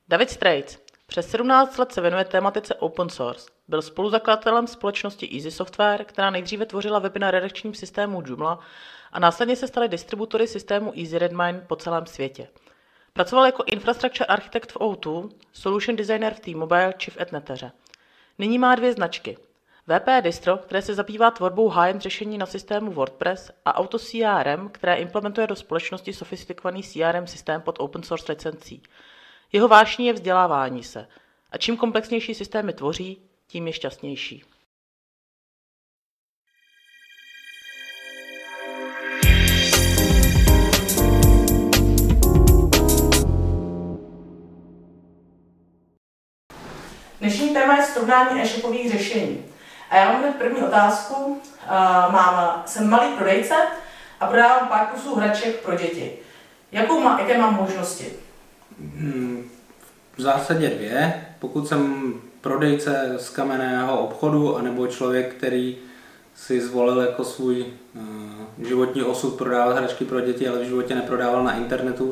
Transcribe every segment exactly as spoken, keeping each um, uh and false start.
David Strejc přes sedmnáct let se věnuje tématice open source. Byl spoluzakladatelem společnosti Easy Software, která nejdříve tvořila weby na redakčním systému Joomla a následně se staly distributory systému Easy Redmine po celém světě. Pracoval jako infrastructure architekt v O dva, solution designer v T-Mobile či v Etneteře. Nyní má dvě značky. V P Distro, které se zabývá tvorbou high-end řešení na systému WordPress, a Auto C R M, které implementuje do společnosti sofistikovaný C R M systém pod open source licencí. Jeho vášní je vzdělávání se. A čím komplexnější systémy tvoří, tím je šťastnější. Dnešní téma je srovnání e-shopových řešení. A já mám hned první otázku. Uh, mám, jsem malý prodejce a prodávám pár kusů hraček pro děti. Jakou má, jaké mám možnosti? V zásadě dvě. Pokud jsem prodejce z kamenného obchodu, anebo člověk, který si zvolil jako svůj uh, životní osud prodávat hračky pro děti, ale v životě neprodával na internetu,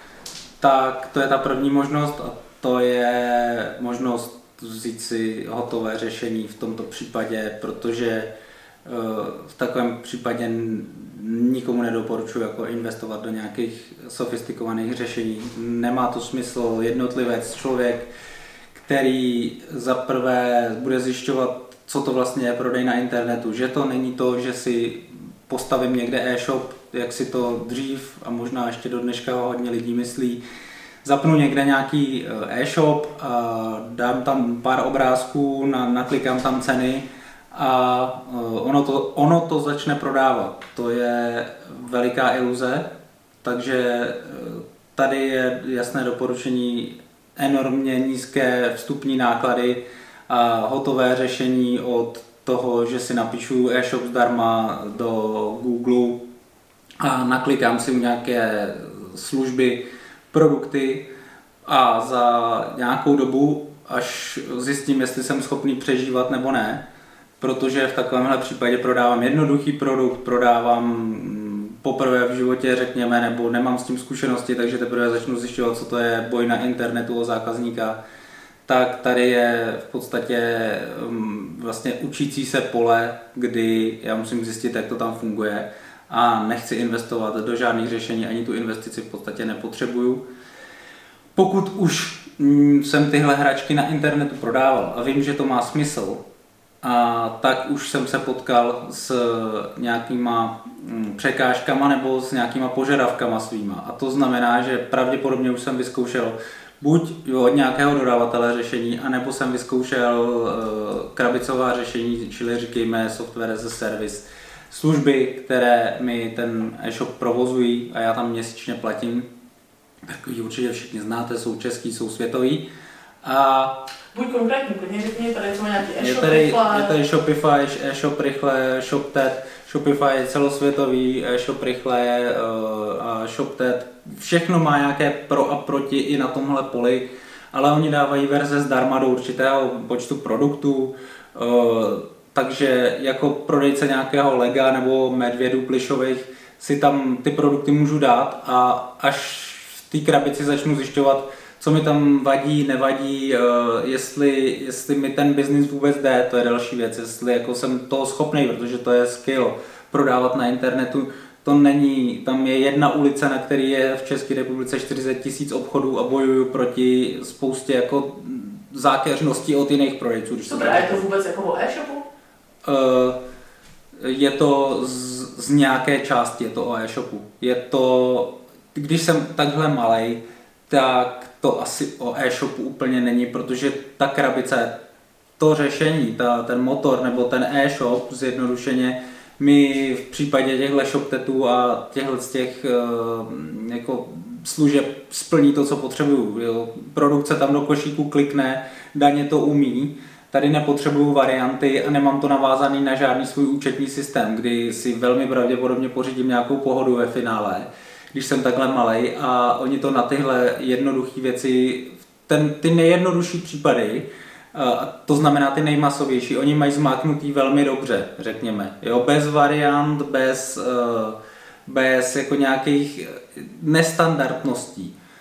tak to je ta první možnost a to je možnost vzít si hotové řešení v tomto případě, protože uh, v takovém případě nikomu nedoporučuji jako investovat do nějakých sofistikovaných řešení. Nemá to smysl. Jednotlivec, člověk, který zaprvé bude zjišťovat, co to vlastně je prodej na internetu, že to není to, že si postavím někde e-shop, jak si to dřív a možná ještě do dneška hodně lidí myslí, zapnu někde nějaký e-shop a dám tam pár obrázků, naklikám tam ceny a ono to, ono to začne prodávat. To je veliká iluze, takže tady je jasné doporučení enormně nízké vstupní náklady a hotové řešení od toho, že si napíšu e-shop zdarma do Google a naklikám si nějaké služby, produkty a za nějakou dobu, až zjistím, jestli jsem schopný přežívat nebo ne, protože v takovémhle případě prodávám jednoduchý produkt, prodávám poprvé v životě, řekněme, nebo nemám s tím zkušenosti, takže teprve začnu zjišťovat, co to je boj na internetu o zákazníka, tak tady je v podstatě vlastně učící se pole, kdy já musím zjistit, jak to tam funguje a nechci investovat do žádných řešení, ani tu investici v podstatě nepotřebuju. Pokud už jsem tyhle hračky na internetu prodával a vím, že to má smysl, a tak už jsem se potkal s nějakýma překážkama nebo s nějakýma požadavkama svýma. A to znamená, že pravděpodobně už jsem vyzkoušel buď od nějakého dodavatele řešení, anebo jsem vyzkoušel krabicová řešení, čili říkejme software as a service, služby, které mi ten e-shop provozují a já tam měsíčně platím. Takový určitě všichni znáte, jsou český, jsou světový. A buď konkrétní, klidně řekni, tady jsou nějaký e-shop, je tady, je tady Shopify, e-shop rychle, ShopTet, Shopify je celosvětový, e-shop rychle a ShopTet. Všechno má nějaké pro a proti i na tomhle poli, ale oni dávají verze zdarma do určitého počtu produktů, takže jako prodejce nějakého Lega nebo medvědů plišových si tam ty produkty můžu dát a až v té krabici začnu zjišťovat, co mi tam vadí, nevadí, jestli, jestli mi ten biznis vůbec jde, to je další věc, jestli jako jsem toho schopný, protože to je skill, prodávat na internetu, to není, tam je jedna ulice, na který je v České republice čtyřicet tisíc obchodů a bojuju proti spoustě jako zákeřností od jiných prodejců. Super, a je to vůbec jako o e-shopu? Je to z, z nějaké části, je to o e-shopu. Je to, když jsem takhle malej, tak to asi o e-shopu úplně není, protože ta krabice, to řešení, ta, ten motor nebo ten e-shop zjednodušeně mi v případě těchto ShopTetů a těchto z těch jako služeb splní to, co potřebuju. Jo. Produkce tam do košíku klikne, daně to umí, tady nepotřebuju varianty a nemám to navázaný na žádný svůj účetní systém, kdy si velmi pravděpodobně pořídím nějakou pohodu ve finále, když jsem takhle malej a oni to na tyhle jednoduché věci, ten, ty nejjednodušší případy, a to znamená ty nejmasovější, oni mají zmáknutý velmi dobře, řekněme, jo, bez variant, bez, bez jako nějakých nestandardností.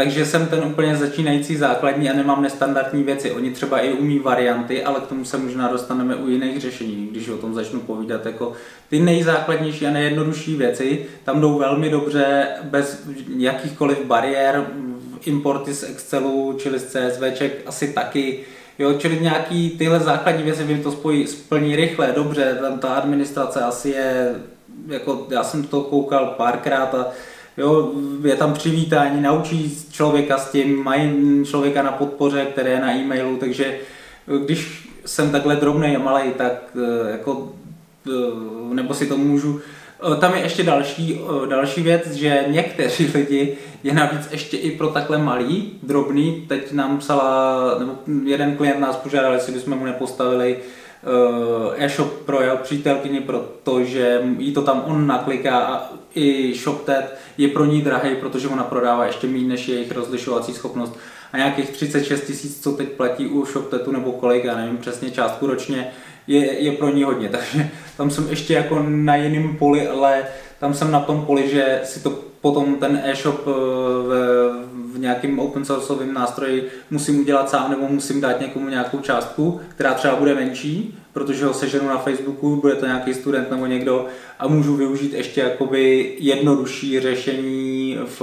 Takže jsem ten úplně začínající základní a nemám nestandardní věci. Oni třeba i umí varianty, ale k tomu se možná dostaneme u jiných řešení, když o tom začnu povídat. Jako ty nejzákladnější a nejjednodušší věci tam jdou velmi dobře bez jakýchkoliv bariér. Importy z Excelu, čili z CSVček asi taky. Jo, čili nějaký tyhle základní věci, vím, to spojí, splní rychle, dobře, tam ta administrace asi je, jako já jsem to koukal párkrát a jo, je tam přivítání, naučí člověka s tím, mají člověka na podpoře, který je na e-mailu, takže když jsem takhle drobnej a malej, tak jako, nebo si to můžu. Tam je ještě další, další věc, že někteří lidi je navíc ještě i pro takhle malý, drobný. Teď nám psala, nebo jeden klient nás požádal, jestli bychom mu nepostavili e-shop pro jeho přítelkyni, protože jí to tam on nakliká a i ShopTet je pro ní drahý, protože ona prodává ještě méně než jejich rozlišovací schopnost. A nějakých třicet šest tisíc, co teď platí u ShopTetu nebo kolik, já nevím přesně částku ročně, je, je pro ní hodně. Takže tam jsem ještě jako na jiném poli, ale tam jsem na tom poli, že si to potom ten e-shop v, v nějakém open sourceovém nástroji musím udělat sám nebo musím dát někomu nějakou částku, která třeba bude menší, protože ho seženu na Facebooku, bude to nějaký student nebo někdo a můžu využít ještě jakoby jednodušší řešení v,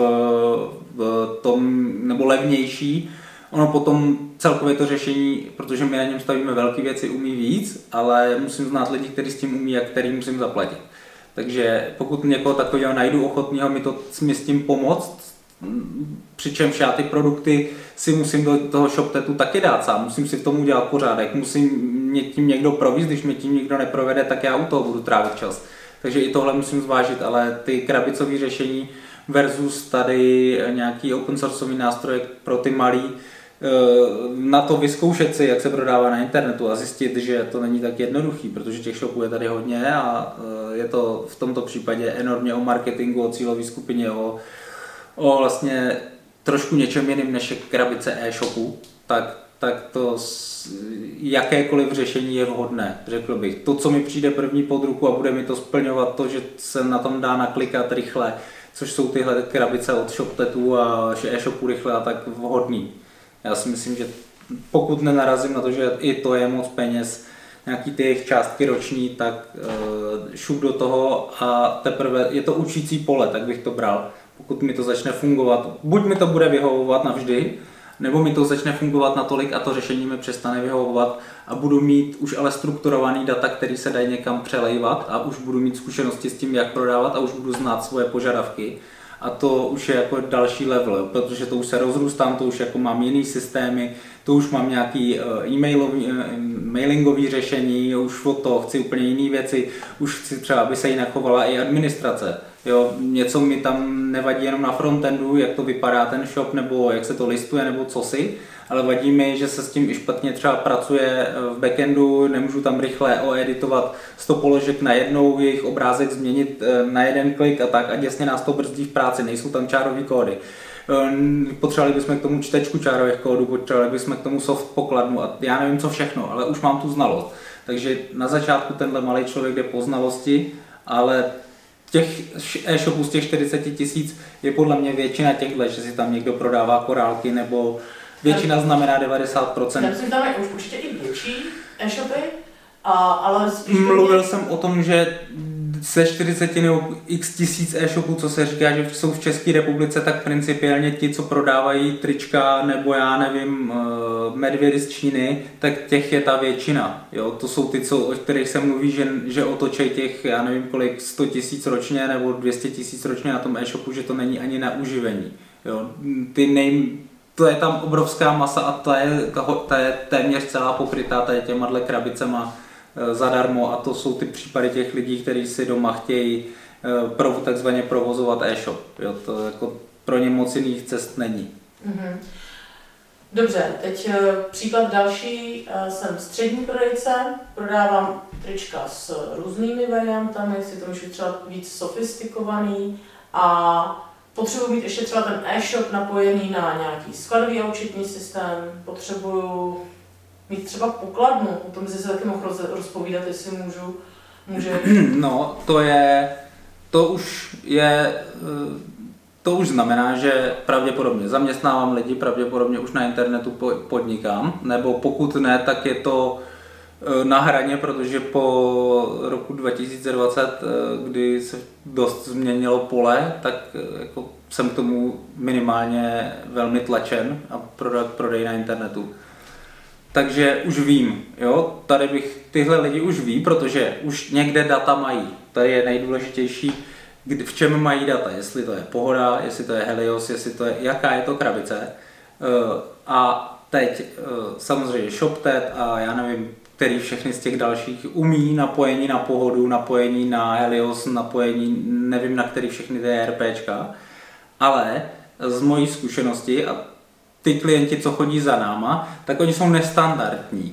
v tom, nebo levnější. Ono potom celkově to řešení, protože my na něm stavíme velké věci, umí víc, ale musím znát lidi, kteří s tím umí a který musím zaplatit. Takže pokud někoho takového najdu ochotného mi, to, mi s tím pomoct, přičemž já ty produkty si musím do toho ShopTetu taky dát sám, musím si v tom udělat pořádek, musím mě tím někdo provízt, když mě tím nikdo neprovede, tak já u toho budu trávit čas. Takže i tohle musím zvážit, ale ty krabicové řešení versus tady nějaký open sourceový nástroj pro ty malý, na to vyzkoušet si, jak se prodává na internetu a zjistit, že to není tak jednoduchý, protože těch shopů je tady hodně a je to v tomto případě enormně o marketingu, o cílové skupině, o, o vlastně trošku něčem jiným než je krabice e-shopu, tak, tak to jakékoliv řešení je vhodné, řekl bych. To, co mi přijde první pod ruku a bude mi to splňovat to, že se na tom dá naklikat rychle, což jsou tyhle krabice od ShopTetu a e-shopu rychle a tak vhodný. Já si myslím, že pokud nenarazím na to, že i to je moc peněz, nějaký ty jejich částky roční, tak uh, šup do toho a teprve je to učící pole, tak bych to bral. Pokud mi to začne fungovat, buď mi to bude vyhovovat navždy, nebo mi to začne fungovat natolik a to řešení mi přestane vyhovovat a budu mít už ale strukturovaný data, který se dají někam přelejvat a už budu mít zkušenosti s tím, jak prodávat a už budu znát svoje požadavky. A to už je jako další level, protože to už se rozrůstám, to už jako mám jiný systémy, to už mám nějaký e-mailový, mailingový řešení, už od toho chci úplně jiné věci, už chci třeba, aby se jinak chovala i administrace. Jo, něco mi tam nevadí jenom na frontendu, jak to vypadá ten shop, nebo jak se to listuje, nebo co si, ale vadí mi, že se s tím i špatně třeba pracuje v backendu, nemůžu tam rychle oeditovat sto položek na jednou, jejich obrázek změnit na jeden klik a tak a děsně nás to brzdí v práci, nejsou tam čárový kódy. Potřebovali bychom k tomu čtečku čárových kódů, potřebovali bychom k tomu soft pokladnu a já nevím co všechno, ale už mám tu znalost. Takže na začátku tenhle malý člověk jde po znalosti, ale těch e-shopů z těch čtyřicet tisíc je podle mě většina těchto, že si tam někdo prodává korálky nebo většina znamená devadesát procent. Já myslím, tam je už určitě i větší e-shopy, a, ale spíš... Mluvil jsem o tom, že ze čtyřicet nebo x tisíc e-shopů, co se říká, že jsou v České republice, tak principiálně ti, co prodávají trička nebo já nevím, medvědy z Číny, tak těch je ta většina. Jo? To jsou ty, co, o kterých se mluví, že, že otočej těch, já nevím kolik, sto tisíc ročně nebo dvě stě tisíc ročně na tom e-shopu, že to není ani na uživení. Jo? Ty nej, to je tam obrovská masa a ta je, ta je téměř celá pokrytá tady těma krabicema zadarmo a to jsou ty případy těch lidí, kteří si doma chtějí provo, takzvaně provozovat e-shop. Jo, to jako pro ně moc jiných cest není. Mm-hmm. Dobře, teď příklad další. Jsem střední prodejce, prodávám trička s různými variantami, si to už je třeba víc sofistikovaný a potřebuji mít ještě třeba ten e-shop napojený na nějaký skladový a účetní systém, potřebuju mít třeba pokladnu, o tom si se taky mohl rozpovídat, jestli můžu. Může... No, to je, to už je, to už znamená, že pravděpodobně zaměstnávám lidi, pravděpodobně už na internetu podnikám, nebo pokud ne, tak je to na hraně, protože po roku dva tisíce dvacet, kdy se dost změnilo pole, tak jako jsem k tomu minimálně velmi tlačen a prodat prodej na internetu. Takže už vím, jo, tady bych, tyhle lidi už ví, protože už někde data mají. Tady je nejdůležitější, v čem mají data, jestli to je Pohoda, jestli to je Helios, jestli to je, jaká je to krabice. A teď samozřejmě ShopTet a já nevím, který všechny z těch dalších umí napojení na Pohodu, napojení na Helios, napojení, nevím na který všechny ty RPčka, ale z mojí zkušenosti a ty klienti, co chodí za náma, tak oni jsou nestandardní.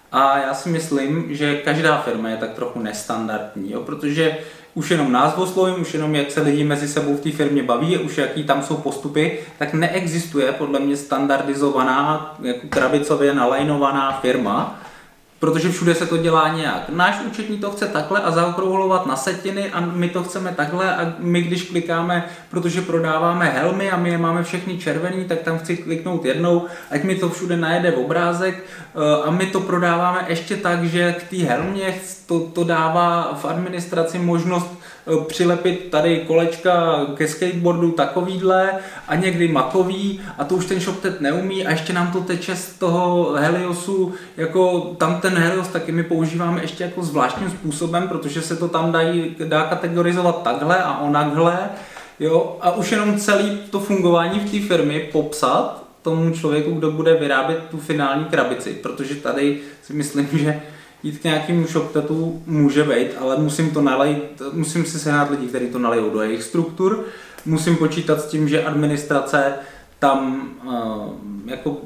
A já si myslím, že každá firma je tak trochu nestandardní, jo? Protože už jenom názvoslovím, už jenom jak se lidi mezi sebou v té firmě baví, už jaký tam jsou postupy, tak neexistuje podle mě standardizovaná, jako krabicově nalajnovaná firma, protože všude se to dělá nějak. Náš účetní to chce takhle a zaokrouhlovat na setiny a my to chceme takhle a my když klikáme, protože prodáváme helmy a my je máme všechny červený, tak tam chci kliknout jednou, ať mi to všude najede v obrázek a my to prodáváme ještě tak, že k té helmě to, to dává v administraci možnost přilepit tady kolečka ke skateboardu takovýhle a někdy makový a to už ten ShopTet neumí a ještě nám to teče z toho Heliosu, jako tam ten Helios taky my používáme ještě jako zvláštním způsobem, protože se to tam dají, dá kategorizovat takhle a onakhle, jo, a už jenom celý to fungování v té firmě popsat tomu člověku, kdo bude vyrábět tu finální krabici, protože tady si myslím, že jít k nějakému ShopTetu může být, ale musím to nalejt, musím si sehnat lidi, kteří to nalejou do jejich struktur, musím počítat s tím, že administrace tam uh, jako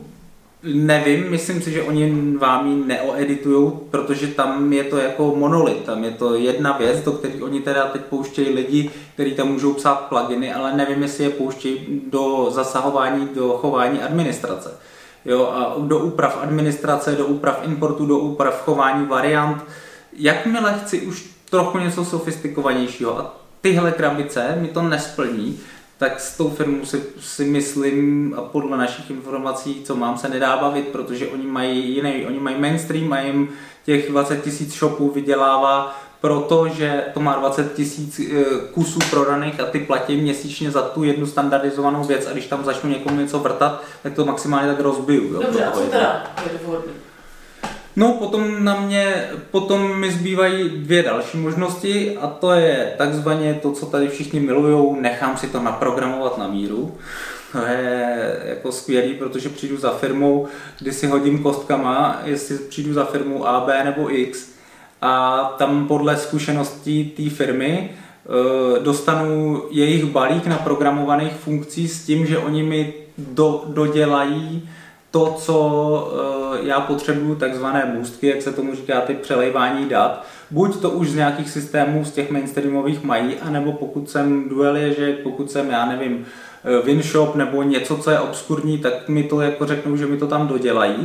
nevím, myslím si, že oni vám ji neoeditujou, protože tam je to jako monolit, tam je to jedna věc, do které oni teda teď pouštějí lidi, kteří tam můžou psát pluginy, ale nevím, jestli je pouštějí do zasahování, do chování administrace. Jo, a do úprav administrace, do úprav importu, do úprav chování variant. Jakmile chci už trochu něco sofistikovanějšího a tyhle krabice mi to nesplní, tak s tou firmou si, si myslím a podle našich informací, co mám, se nedá bavit, protože oni mají jiný, oni mají mainstream a jim těch dvacet tisíc shopů vydělává, protože to má dvacet tisíc kusů prodaných a ty platí měsíčně za tu jednu standardizovanou věc a když tam začnu někomu něco vrtat, tak to maximálně tak rozbiju. Jo, dobře, a co teda je vhodný? No, potom na mě, potom mi zbývají dvě další možnosti a to je takzvaně to, co tady všichni milujou, nechám si to naprogramovat na míru. To je jako skvělý, protože přijdu za firmou, kdy si hodím kostkama, jestli přijdu za firmou A, B nebo X a tam podle zkušeností té firmy e, dostanu jejich balík naprogramovaných funkcí s tím, že oni mi do, dodělají to, co e, já potřebuju, takzvané můstky, jak se tomu říká, ty přelejvání dat. Buď to už z nějakých systémů z těch mainstreamových mají, anebo pokud jsem Duel je, že pokud jsem, já nevím, Winshop nebo něco, co je obskurní, tak mi to jako řeknou, že mi to tam dodělají.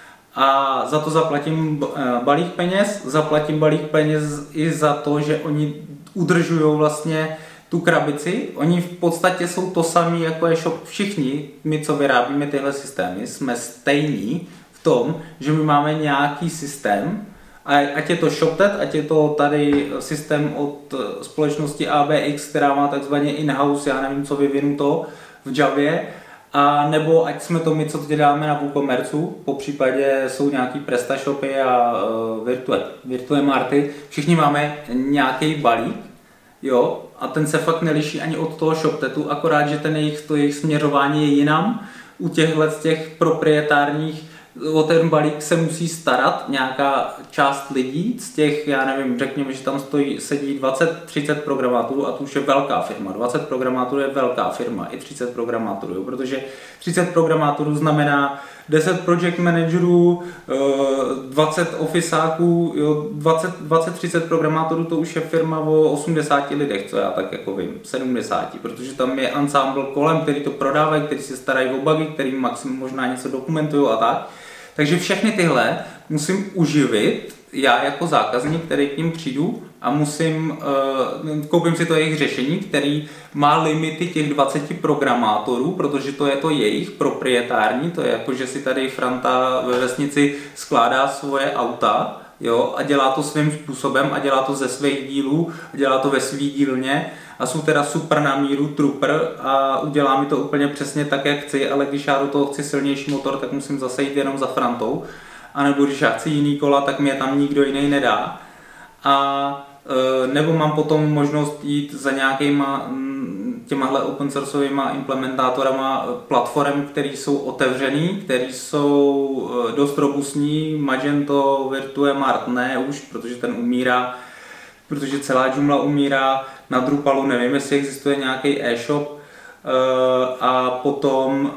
A za to zaplatím balík peněz, zaplatím balík peněz i za to, že oni udržují vlastně tu krabici. Oni v podstatě jsou to samý, jako je shop. Všichni, my co vyrábíme tyhle systémy, jsme stejní v tom, že my máme nějaký systém, a ať je to ShopTet, ať je to tady systém od společnosti A B X, která má takzvaně in-house, já nevím co vyvinuto v Javě, a nebo ať jsme to my, co teď dáme na WooCommerceu, po případě jsou nějaký PrestaShopy a uh, Virtue, Virtue Marty, všichni máme nějaký balík, jo, a ten se fakt neliší ani od toho ShopTetu, akorát, že ten jejich, to jejich směřování je jinam. U těchhle z těch proprietárních o ten balík se musí starat nějaká část lidí, z těch, já nevím, řekněme, že tam stojí, sedí dvacet třicet programátorů a to už je velká firma. dvacet programátorů je velká firma, i třicet programátorů, jo, protože třicet programátorů znamená deset project managerů, dvacet ofisáků, dvacet třicet programátorů, to už je firma o osmdesáti lidech, co já tak jako vím, sedmdesáti, protože tam je ensemble kolem, který to prodávají, který se starají o bugy, který maximum možná něco dokumentují a tak. Takže všechny tyhle musím uživit já jako zákazník, který k ním přijdu, a musím, uh, koupím si to jejich řešení, který má limity těch dvaceti programátorů, protože to je to jejich proprietární, to je jako, že si tady Franta ve vesnici skládá svoje auta, jo, a dělá to svým způsobem a dělá to ze svých dílů, a dělá to ve svý dílně a jsou teda super na míru trooper a udělá mi to úplně přesně tak, jak chci, ale když já do toho chci silnější motor, tak musím zase jít jenom za Frantou, a nebo když já chci jiný kola, tak mě tam nikdo jiný nedá. A nebo mám potom možnost jít za nějakýma těmahle open sourceovýma implementátorama platform, které jsou otevřený, které jsou dost robustní. Magento, Virtue, Mart ne už, protože ten umírá, protože celá Joomla umírá. Na Drupalu nevím, jestli existuje nějaký e-shop. A potom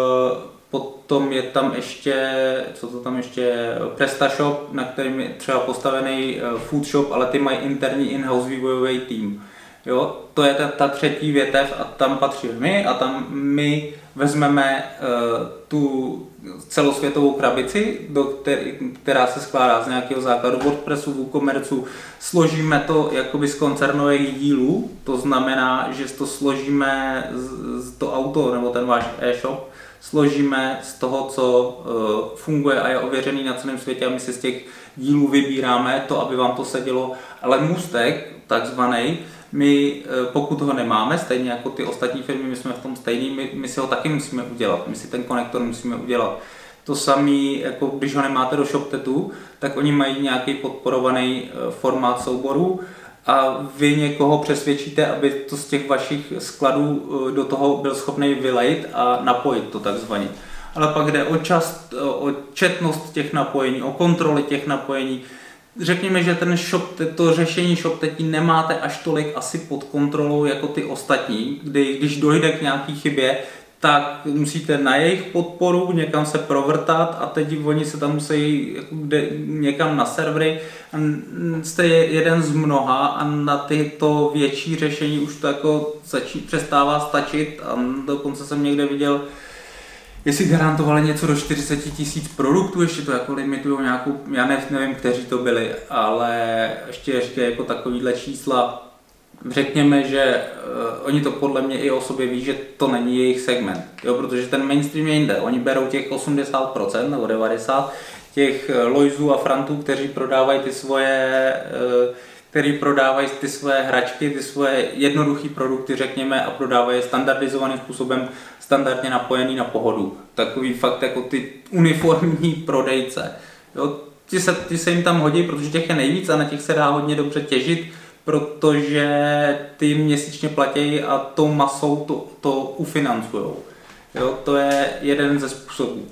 Potom je tam ještě, co to tam ještě je, PrestaShop, na kterým je třeba postavený Food Shop, ale ty mají interní in-house vývojový tým. Jo, to je ta, ta třetí větev a tam patří my a tam my vezmeme uh, tu celosvětovou krabici, do který, která se skládá z nějakého základu WordPressu, WooCommerce, složíme to jakoby z koncernových dílů, to znamená, že to složíme z, z to auto nebo ten váš e-shop, složíme z toho, co uh, funguje a je ověřený na celém světě a my si z těch dílů vybíráme to, aby vám to sedělo, ale můstek, takzvaný, my pokud ho nemáme, stejně jako ty ostatní firmy, my jsme v tom stejný, my, my si ho taky musíme udělat, my si ten konektor musíme udělat. To samé, jako když ho nemáte do ShopTetu, tak oni mají nějaký podporovaný formát souborů a vy někoho přesvědčíte, aby to z těch vašich skladů do toho byl schopný vylejt a napojit to takzvaně. Ale pak jde o čas, o četnost těch napojení, o kontroly těch napojení. Řekněme, že ten shop, to řešení ShopTetí nemáte až tolik asi pod kontrolou jako ty ostatní, kdy když dojde k nějaký chybě, tak musíte na jejich podporu někam se provrtat a teď oni se tam musí jako někam na servery a jste jeden z mnoha a na tyto větší řešení už to jako začí, přestává stačit a dokonce jsem někde viděl, jestli garantovali něco do čtyřicet tisíc produktů, ještě to jako limitujou nějakou, já nevím, kteří to byli, ale ještě říkají jako takovýhle čísla. Řekněme, že uh, oni to podle mě i o sobě ví, že to není jejich segment, jo, protože ten mainstream je jinde. Oni berou těch osmdesát procent nebo devadesát procent těch Loisů a Frantů, kteří prodávají ty svoje, uh, který prodávají ty svoje hračky, ty svoje jednoduché produkty, řekněme, a prodávají standardizovaným způsobem, standardně napojený na pohodu. Takový fakt jako ty uniformní prodejce. Jo, ti, se, ti se jim tam hodí, protože těch je nejvíc a na těch se dá hodně dobře těžit, protože ty měsíčně platí a tou masou to, to ufinancujou. Jo, to je jeden ze způsobů.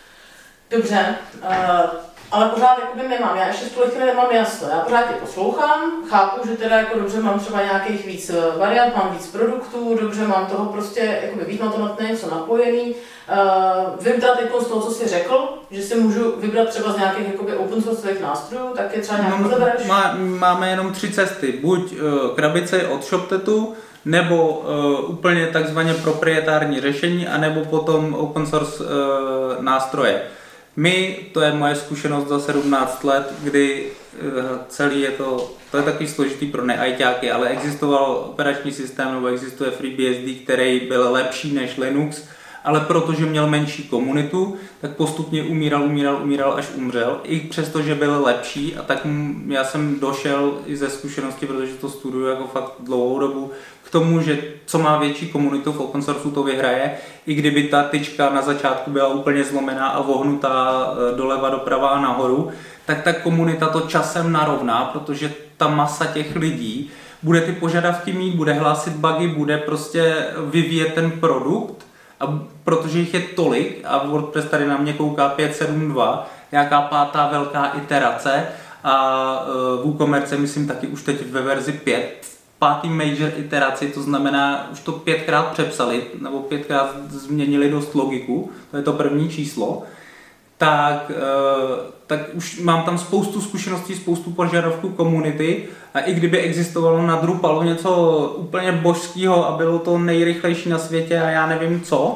Dobře, uh, ale pořád jakoby nemám, já ještě spolu chvíli nemám jasno, já pořád tě poslouchám, chápu, že teda jako dobře mám třeba nějakých víc variant, mám víc produktů, dobře mám toho prostě, jakoby víc mám to na něco napojený. Uh, vím teda teď z toho, co jsi řekl, že si můžu vybrat třeba z nějakých jakoby open sourceových nástrojů, tak je třeba nějak no, rozebereš? Má, máme jenom tři cesty, buď uh, krabice od ShopTetu, nebo uh, úplně takzvaně proprietární řešení, anebo potom open source uh, nástroje. My, to je moje zkušenost za sedmnáct let, kdy uh, celý je to, to je takový složitý pro ne-ajťáky, ale existoval operační systém nebo existuje FreeBSD, který byl lepší než Linux, ale protože měl menší komunitu, tak postupně umíral, umíral, umíral, až umřel. I přesto, že byl lepší, a tak já jsem došel i ze zkušenosti, protože to studuju jako fakt dlouhou dobu, k tomu, že co má větší komunitu v open sourceu, to vyhraje, i kdyby ta tyčka na začátku byla úplně zlomená a vohnutá doleva, doprava a nahoru, tak ta komunita to časem narovná, protože ta masa těch lidí bude ty požadavky mít, bude hlásit bugy, bude prostě vyvíjet ten produkt. A protože jich je tolik a WordPress tady na mě kouká pět sedm dva, nějaká pátá velká iterace a uh, WooCommerce myslím taky už teď ve verzi pět, v pátý major iteraci, to znamená už to pětkrát přepsali nebo pětkrát změnili dost logiku, to je to první číslo, tak, uh, tak už mám tam spoustu zkušeností, spoustu požadavků komunity a i kdyby existovalo na Drupalu něco úplně božského a bylo to nejrychlejší na světě a já nevím co,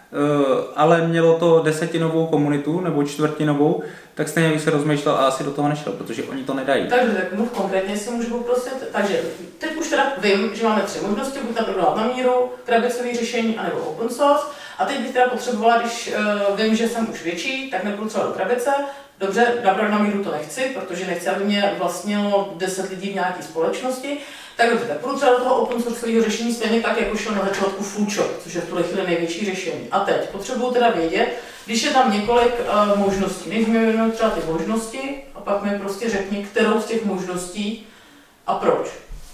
ale mělo to desetinovou komunitu nebo čtvrtinovou, tak stejně bych se rozmýšlel a asi do toho nešel, protože oni to nedají. Takže tak mluv konkrétně, si můžu poprosit. Takže teď už teda vím, že máme tři možnosti, buď naprogramovat na míru, krabicové řešení, anebo open source. A teď bych teda potřebovala, když uh, vím, že jsem už větší, tak nebudu třeba do krabice. Dobře, naprogram na míru to nechci, protože nechci, aby mě vlastnilo deset lidí v nějaké společnosti. Tak dobře, tak půjdu třeba do toho open sourceového řešení stejně tak, jako šel na začátku Fullchop, což je v tuhle chvíli největší řešení. A teď potřebuju teda vědět, když je tam několik uh, možností, než mi věnuju třeba ty možnosti a pak mi prostě řekni, kterou z těch možností a proč.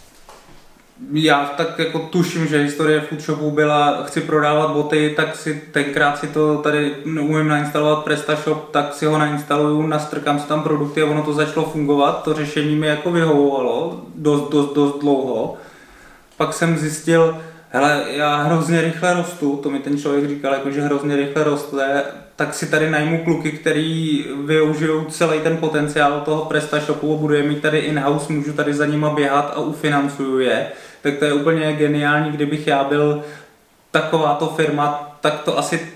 Já tak jako tuším, že historie Foodshopu byla, chci prodávat boty, tak si tenkrát si to tady neumím nainstalovat PrestaShop, tak si ho nainstaluju, nastrkám si tam produkty a ono to začalo fungovat. To řešení mi jako vyhovovalo dost, dost, dost dlouho. Pak jsem zjistil, hele, já hrozně rychle rostu, to mi ten člověk říkal, jako, že hrozně rychle roste, tak si tady najmu kluky, který využijou celý ten potenciál toho PrestaShopu a budu je mít tady in-house, můžu tady za nima běhat a ufinancuju je. Tak to je úplně geniální, kdybych já byl takováto firma, tak to asi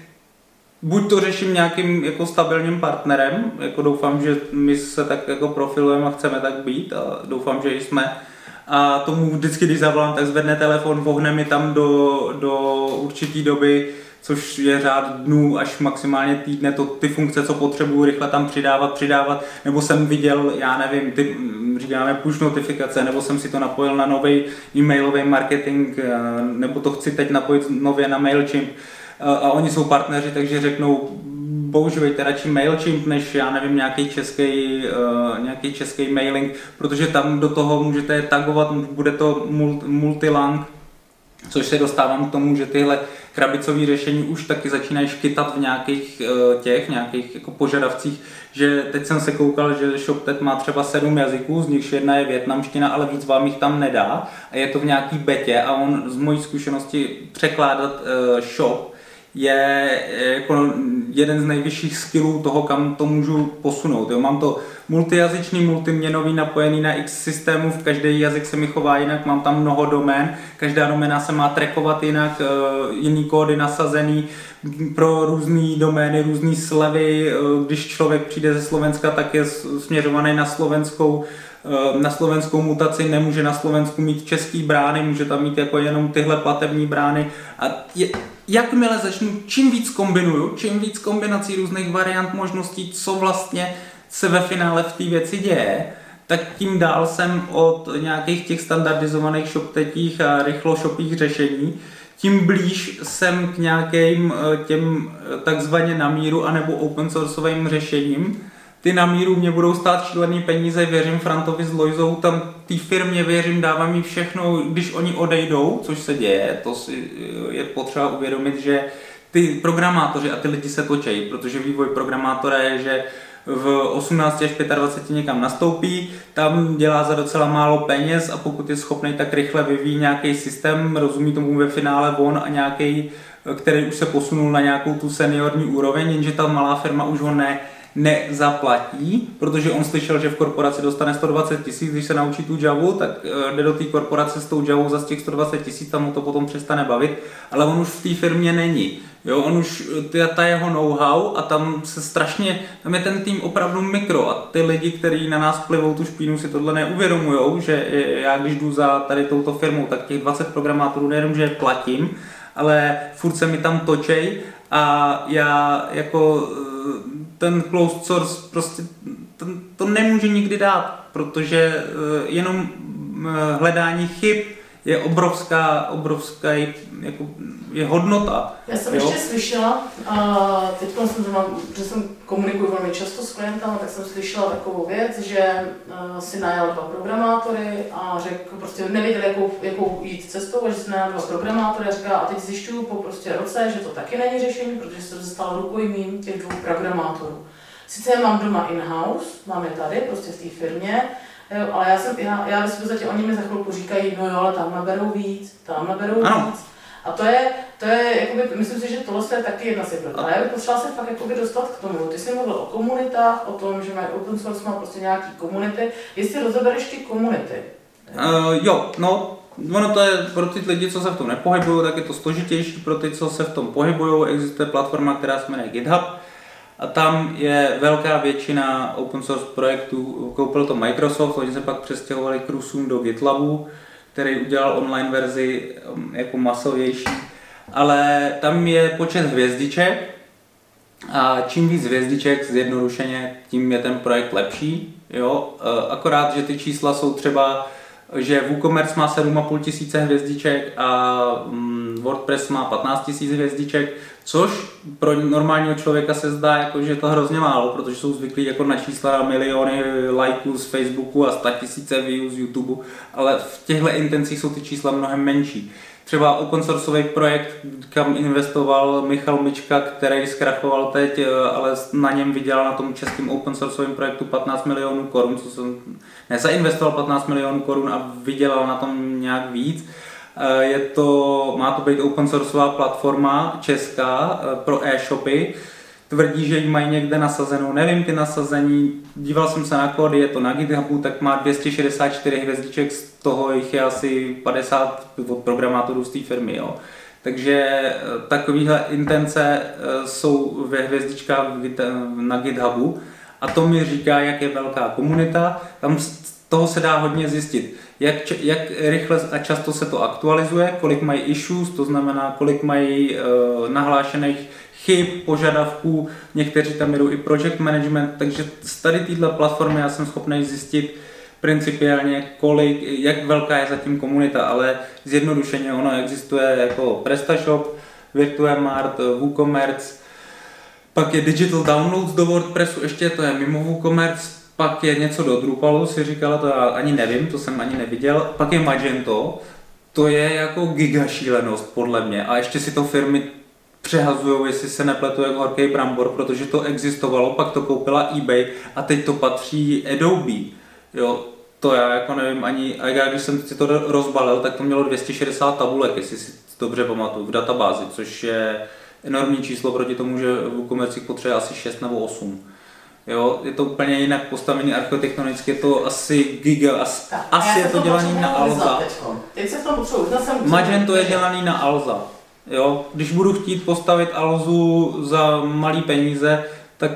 buď to řeším nějakým jako stabilním partnerem, jako doufám, že my se tak jako profilujeme a chceme tak být a doufám, že jsme. A tomu vždycky, když zavolám, tak zvedne telefon, vohne mi tam do, do určitý doby, což je řád dnů až maximálně týdne, to ty funkce, co potřebuju rychle tam přidávat, přidávat, nebo jsem viděl, já nevím, ty, říkáme push notifikace, nebo jsem si to napojil na nový e-mailový marketing, nebo to chci teď napojit nově na MailChimp a oni jsou partneři, takže řeknou, používejte radši MailChimp, než já nevím, nějaký český, uh, nějaký český mailing, protože tam do toho můžete tagovat, bude to multilang, což se dostávám k tomu, že tyhle krabicové řešení už taky začínají škytat v nějakých uh, těch, nějakých jako požadavcích, že teď jsem se koukal, že ShopTet má třeba sedm jazyků, z nichž jedna je vietnamština, ale víc vám jich tam nedá a je to v nějaký betě a on z mojí zkušenosti překládat uh, shop je jako jeden z nejvyšších skillů toho, kam to můžu posunout. Jo, mám to multijazyčný, multiměnový, napojený na x systémů, v každý jazyk se mi chová jinak, mám tam mnoho domén, každá doména se má trackovat jinak, jiný kódy nasazený pro různé domény, různé slevy. Když člověk přijde ze Slovenska, tak je směřovaný na slovenskou na slovenskou mutaci, nemůže na Slovensku mít český brány, může tam mít jako jenom tyhle platební brány. A je, jakmile začnu, čím víc kombinuju, čím víc kombinací různých variant možností, co vlastně se ve finále v té věci děje, tak tím dál jsem od nějakých těch standardizovaných shoptetích a rychloshopích řešení, tím blíž jsem k nějakým těm takzvaně na míru anebo open sourceovým řešením. Ty na míru mě budou stát šílený peníze, věřím Frantovi s Lojzou, tam té firmě věřím, dávám jí všechno, když oni odejdou, což se děje, to si je potřeba uvědomit, že ty programátoři a ty lidi se točejí, protože vývoj programátora je, že v osmnácti až dvaceti pěti někam nastoupí, tam dělá za docela málo peněz a pokud je schopný, tak rychle vyvíjí nějaký systém, rozumí tomu ve finále on a nějaký, který už se posunul na nějakou tu seniorní úroveň, jenže ta malá firma už ho ne nezaplatí, protože on slyšel, že v korporaci dostane sto dvacet tisíc, když se naučí tu Javu, tak jde do té korporace s tou Javou za těch sto dvacet tisíc, tam mu to potom přestane bavit, ale on už v té firmě není. Jo, on už, ta jeho know-how a tam se strašně, tam je ten tým opravdu mikro a ty lidi, kteří na nás plivou tu špínu, si tohle neuvědomujou, že já když jdu za tady touto firmou, tak těch dvacet programátorů nejenom, že je platím, ale furt se mi tam točej a já jako ten closed source prostě ten, to nemůže nikdy dát, protože jenom hledání chyb je obrovská, obrovská jako je hodnota. Já jsem jo? ještě slyšela, a teď jsem, že jsem komunikuju velmi často s klientama, tak jsem slyšela takovou věc, že si najal dva programátory a řekl, prostě nevěděl, jakou, jakou jít cestou, a že si najal dva programátory a říká, a teď zjišťuju po prostě roce, že to taky není řešení, protože jsem se stal rukojmím těch dvou programátorů. Sice je mám doma in-house, mám je tady, prostě v té firmě, jo, ale já jsem, já, já ve podstatě oni mi za chvilku říkají, no jo, ale tam naberou víc, tam naberou ano. víc. A to je, to je, jakoby, myslím si, že tohle je taky jedna z jednot. Ale já bych potřebovala se fakt jakoby dostat k tomu. Ty jsi mluvil o komunitách, o tom, že mají open source, má prostě nějaký komunity. Jestli rozebereš ty komunity. Uh, jo, no ono to je pro ty lidi, co se v tom nepohybují, tak je to složitější, pro ty, co se v tom pohybují, existuje platforma, která se jmenuje GitHub a tam je velká většina open source projektů, koupil to Microsoft, oni se pak přestěhovali k Rusům do GitLabu, který udělal online verzi jako masovější, ale tam je počet hvězdiček a čím víc hvězdiček zjednodušeně, tím je ten projekt lepší, jo, akorát, že ty čísla jsou třeba, že WooCommerce má sedm a půl tisíce hvězdiček a WordPress má patnáct tisíc hvězdiček, což pro normálního člověka se zdá, jako, že je to hrozně málo, protože jsou zvyklí jako na čísla na miliony lajků z Facebooku a sta tisíce views z YouTube, ale v těchto intencích jsou ty čísla mnohem menší. Třeba open sourceový projekt, kam investoval Michal Mička, který zkrachoval teď, ale na něm vydělal na tom českém open sourceovém projektu patnáct milionů korun, co jsem nezainvestoval patnáct milionů korun a vydělal na tom nějak víc. Je to, má to být open sourceová platforma česká pro e-shopy. Tvrdí, že ji mají někde nasazenou, nevím ty nasazení, díval jsem se na kódy, je to na GitHubu, tak má dvě stě šedesát čtyři hvězdiček, z toho jich je asi padesát od programátorů z té firmy. Jo. Takže takovéhle intence jsou ve hvězdičkách na GitHubu a to mi říká, jak je velká komunita, tam z toho se dá hodně zjistit, jak, jak rychle a často se to aktualizuje, kolik mají issues, to znamená, kolik mají uh, nahlášených chyb, požadavků, někteří tam jdou i project management, takže z tady této platformy já jsem schopný zjistit principiálně, kolik, jak velká je zatím komunita, ale zjednodušeně ono existuje jako PrestaShop, VirtueMart, WooCommerce, pak je Digital Downloads do WordPressu, ještě to je mimo WooCommerce, pak je něco do Drupalu, si říkala, to já ani nevím, to jsem ani neviděl, pak je Magento, to je jako gigašílenost podle mě a ještě si to firmy přehazujou, jestli se nepletu jako horký brambor, protože to existovalo, pak to koupila eBay a teď to patří Adobe. Jo, to já jako nevím ani, a já když jsem si to rozbalil, tak to mělo dvě stě šedesát tabulek, jestli si dobře pamatuju, v databázi, což je enormní číslo proti tomu, že WooCommerce potřebuje asi šest nebo osm. Jo, je to úplně jinak postavený architektonicky, je to asi giga, as, tak, asi je to dělaný na Alza. Teď se v tom potřebuji, Magento je dělaný na Alza. Jo, když budu chtít postavit Alzu za malý peníze, tak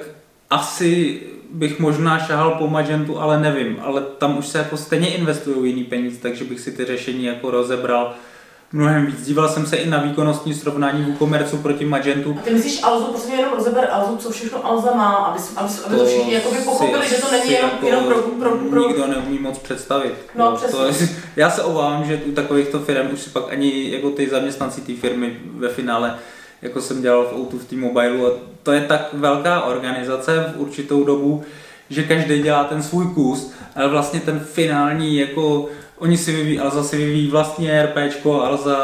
asi bych možná šahal po Magentu, ale nevím, ale tam už se jako stejně investují jiný peníze, takže bych si ty řešení jako rozebral mnohem víc. Díval jsem se i na výkonnostní srovnání WooCommerce proti Magentu. A ty myslíš Alzu, prostě jenom rozeber Alzu, co všechno Alza má, aby, aby, aby to, to všichni jakoby pochopili, že to není jenom, jako jenom pro, pro, pro... Nikdo neumí moc představit. No, no přesně. To je, já se obávám, že u takovýchto firm už si pak ani jako ty zaměstnanci té firmy ve finále, jako jsem dělal v O dva v T-Mobilu, a to je tak velká organizace v určitou dobu, že každý dělá ten svůj kus, ale vlastně ten finální jako oni si vyvíjí, Alza si vyvíjí vlastní RPčko, Alza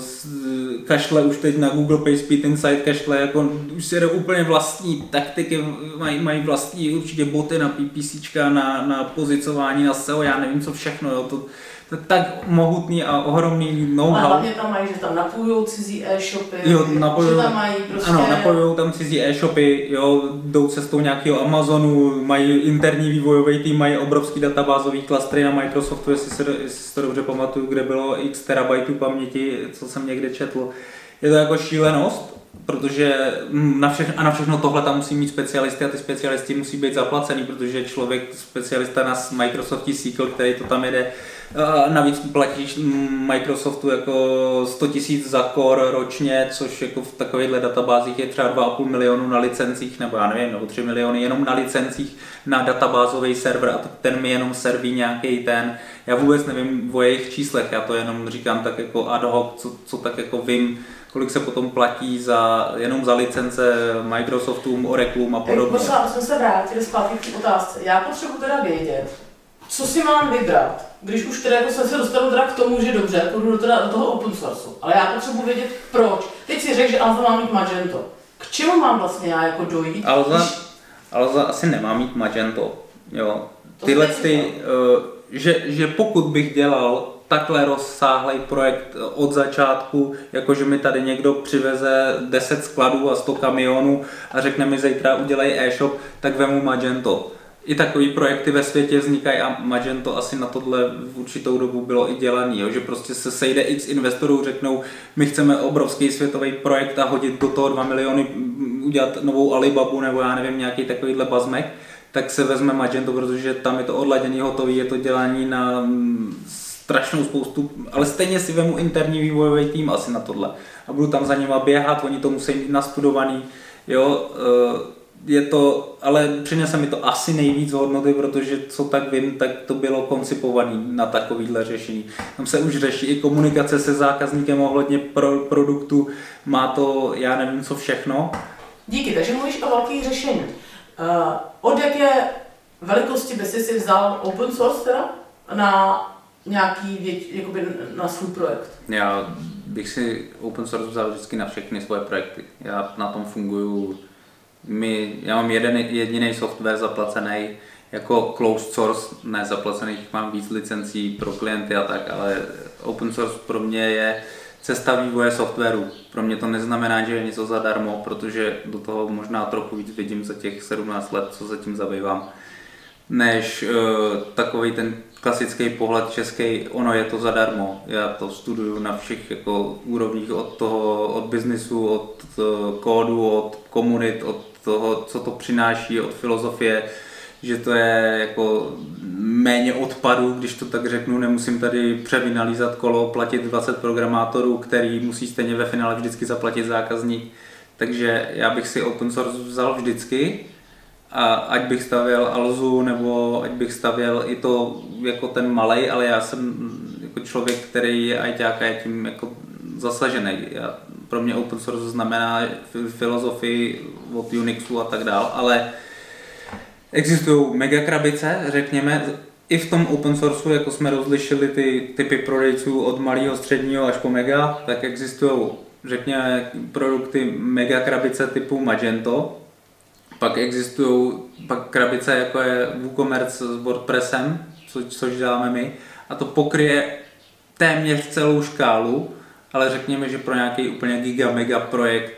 kašle už teď na Google PageSpeed Insight, kašle jako už si jdou úplně vlastní taktiky, mají, mají vlastní určitě boty na PPCčka, na, na pozicování, na S E O, já nevím co všechno, jo, to, to je tak mohutný a ohromný know-how. Ale hlavně tam mají, že tam napojujou cizí e-shopy, jo, napojujou, že tam mají prostě... Ano, napojujou tam cizí e-shopy, jo, jdou cestou nějakého Amazonu, mají interní vývojový tým, mají obrovský databázový klastry na Microsoftu, jestli se, jestli si to dobře pamatuju, kde bylo x terabajtů paměti, co jsem někde četl. Je to jako šílenost, protože na všechno, a na všechno tohle tam musí mít specialisty a ty specialisti musí být zaplacený, protože člověk, specialista na Microsoft S Q L, který to tam jede, a navíc platíš Microsoftu jako sto tisíc za core ročně, což jako v takovýchhle databázích je třeba dva a půl milionu na licencích, nebo já nevím, nebo tři miliony jenom na licencích na databázový server a ten mi jenom serví nějaký ten. Já vůbec nevím o jejich číslech, já to jenom říkám tak jako ad hoc, co, co tak jako vím, kolik se potom platí za, jenom za licence Microsoftům, Oracleům a podobně. Možná jsme se vrátili zpátky k té otázce. Já potřebuji teda vědět, co si mám vybrat, když už teda jako jsem se dostal teda k tomu, že dobře, půjdu do, teda, do toho open sourceu, ale já potřebuji vědět proč. Teď si řekl, že Alza má mít Magento. K čemu mám vlastně já jako dojít? Alza, když... Alza asi nemá mít Magento, jo. Tyhle ty, uh, že, že pokud bych dělal takhle rozsáhlý projekt od začátku, jakože mi tady někdo přiveze deset skladů a sto kamionů a řekne mi zítra udělej e-shop, tak vemu Magento. i takový projekty ve světě vznikají a Magento asi na tohle v určitou dobu bylo i dělaný, jo? Že prostě se sejde x investorů, řeknou, my chceme obrovský světový projekt a hodit do toho dva miliony, udělat novou Alibabu nebo já nevím, nějaký takovýhle bazmek, tak se vezme Magento, protože tam je to odladěný, hotový, je to dělání na strašnou spoustu, ale stejně si vemu interní vývojový tým asi na tohle a budu tam za nima běhat, oni to musí mít nastudovaný, jo, je to, ale přinese mi to asi nejvíc hodnoty, protože co tak vím, tak to bylo koncipované na takovýhle řešení. Tam se už řeší i komunikace se zákazníkem ohledně pro, produktu, má to, já nevím co všechno. Díky, takže mluvíš o velkých řešení. Uh, od jaké velikosti by si si vzal open source teda na nějaký věc, jakoby na svůj projekt? Já bych si open source vzal vždycky na všechny svoje projekty. Já na tom funguju. My, já mám jeden jediný software zaplacený jako closed source, ne zaplacených, mám víc licencí pro klienty a tak, ale open source pro mě je cesta vývoje softwaru. Pro mě to neznamená, že je něco zadarmo, protože do toho možná trochu víc vidím za těch sedmnáct let, co se tím zabývám, než uh, takový ten klasický pohled český, ono je to zadarmo. Já to studuju na všech jako úrovních, od toho, od biznisu, od uh, kódu, od komunit, od toho, co to přináší, od filozofie, že to je jako méně odpadu, když to tak řeknu, nemusím tady převynalízat kolo, platit dvacet programátorů, který musí stejně ve finále vždycky zaplatit zákazník. Takže já bych si open source vzal vždycky, a ať bych stavěl Alzu, nebo ať bych stavěl i to jako ten malej, ale já jsem jako člověk, který je ajťák a je tím jako zasažený. Já, pro mě open source znamená filozofii od Unixu a tak dál, ale existují megakrabice, řekněme, i v tom open sourceu, jako jsme rozlišili ty typy prodejců od malého, středního až po mega, tak existují, řekněme, produkty megakrabice typu Magento. Pak existují pak krabice, jako je WooCommerce s WordPressem, co, což děláme my, a to pokryje téměř celou škálu, ale řekněme, že pro nějaký úplně giga mega projekt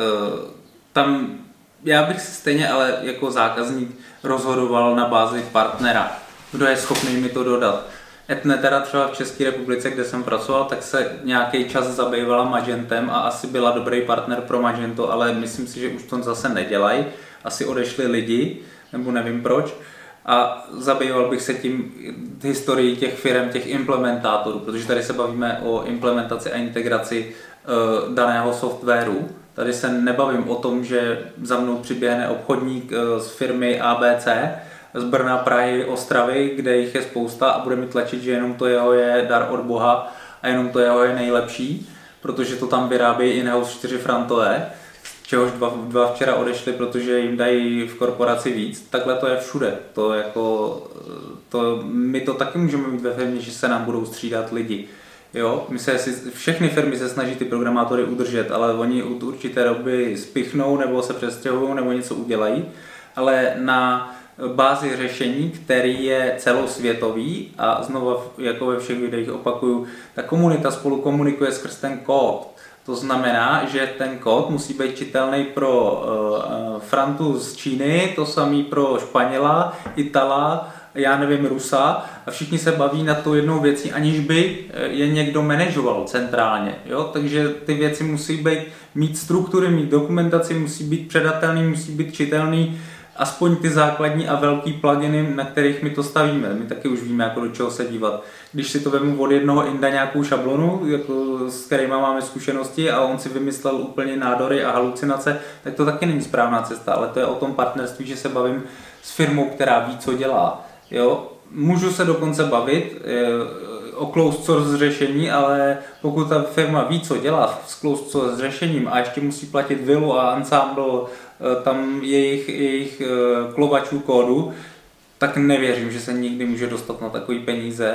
tam já bych se stejně ale jako zákazník rozhodoval na bázi partnera, kdo je schopný mi to dodat. Etnetera třeba v České republice, kde jsem pracoval, tak se nějaký čas zabývala Magentem a asi byla dobrý partner pro Magento, ale myslím si, že už to zase nedělají. Asi odešli lidi, nebo nevím proč. A zabýval bych se tím historií těch firm, těch implementátorů, protože tady se bavíme o implementaci a integraci uh, daného softwaru. Tady se nebavím o tom, že za mnou přiběhne obchodník uh, z firmy A B C, z Brna, Prahy, Ostravy, kde jich je spousta a bude mi tlačit, že jenom to jeho je dar od Boha a jenom to jeho je nejlepší, protože to tam vyrábí in-house čtyři frantové, čehož dva, dva včera odešli, protože jim dají v korporaci víc. Takhle to je všude. To jako, to, my to taky můžeme mít ve firmě, že se nám budou střídat lidi. Jo? My se, všechny firmy se snaží ty programátory udržet, ale oni od určité doby spichnou nebo se přestěhují nebo něco udělají. Ale na bázi řešení, který je celosvětový a znova jako ve všech videích opakuju, ta komunita spolu komunikuje skrz ten kód. To znamená, že ten kód musí být čitelný pro uh, Frantu z Číny, to samý pro Španěla, Itala, já nevím, Rusa a všichni se baví nad tou jednou věcí, aniž by je někdo manažoval centrálně. Jo? Takže ty věci musí být, mít struktury, mít dokumentaci, musí být předatelný, musí být čitelný, aspoň ty základní a velký pluginy, na kterých my to stavíme. My taky už víme, jako do čeho se dívat. Když si to vemu od jednoho Inda nějakou šablonu, jako s kterýma máme zkušenosti a on si vymyslel úplně nádory a halucinace, tak to taky není správná cesta, ale to je o tom partnerství, že se bavím s firmou, která ví, co dělá. Jo? Můžu se dokonce bavit je, o closed source řešení, ale pokud ta firma ví, co dělá s closed source řešením a ještě musí platit Vilu a Ensemble tam jejich, jejich klobačů kódu, tak nevěřím, že se nikdy může dostat na takové peníze